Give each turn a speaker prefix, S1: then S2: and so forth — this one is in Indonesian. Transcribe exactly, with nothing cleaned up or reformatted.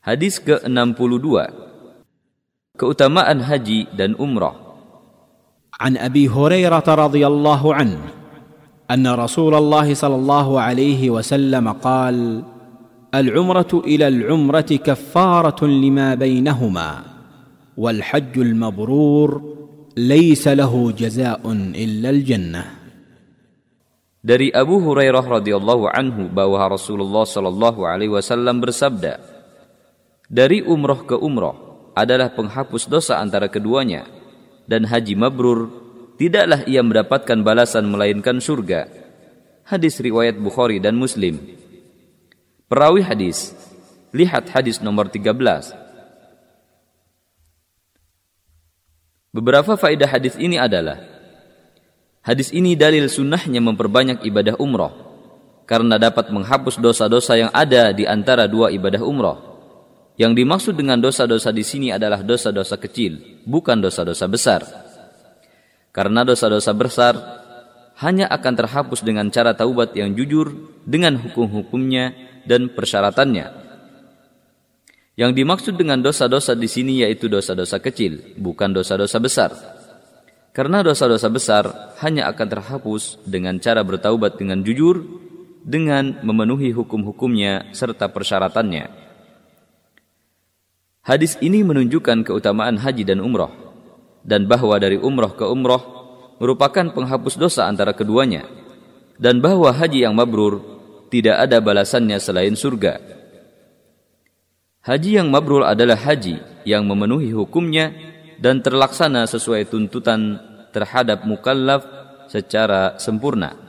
S1: Hadis ke enam puluh dua. Keutamaan haji dan umrah.
S2: An Abi Hurairah radhiyallahu anhu anna Rasulullah sallallahu alaihi wasallam qala al-umratu ila al-umrati kaffaratun lima bainahuma wal hajjul mabrur laysa lahu jazaa'un illa al-jannah.
S1: Dari Abu Hurairah radhiyallahu anhu bahwa Rasulullah sallallahu alaihi wasallam bersabda, dari umrah ke umrah adalah penghapus dosa antara keduanya, dan haji mabrur tidaklah ia mendapatkan balasan melainkan surga. Hadis riwayat Bukhari dan Muslim. Perawi hadis, lihat hadis nomor tiga belas. Beberapa faedah hadis ini adalah: hadis ini dalil sunnahnya memperbanyak ibadah umrah, karena dapat menghapus dosa-dosa yang ada di antara dua ibadah umrah. Yang dimaksud dengan dosa-dosa di sini adalah dosa-dosa kecil, bukan dosa-dosa besar. Karena dosa-dosa besar hanya akan terhapus dengan cara taubat yang jujur dengan hukum-hukumnya dan persyaratannya. Yang dimaksud dengan dosa-dosa di sini yaitu dosa-dosa kecil, bukan dosa-dosa besar. Karena dosa-dosa besar hanya akan terhapus dengan cara bertaubat dengan jujur, dengan memenuhi hukum-hukumnya serta persyaratannya. Hadis ini menunjukkan keutamaan haji dan umrah, dan bahwa dari umrah ke umrah merupakan penghapus dosa antara keduanya, dan bahwa haji yang mabrur tidak ada balasannya selain surga. Haji yang mabrur adalah haji yang memenuhi hukumnya dan terlaksana sesuai tuntutan terhadap mukallaf secara sempurna.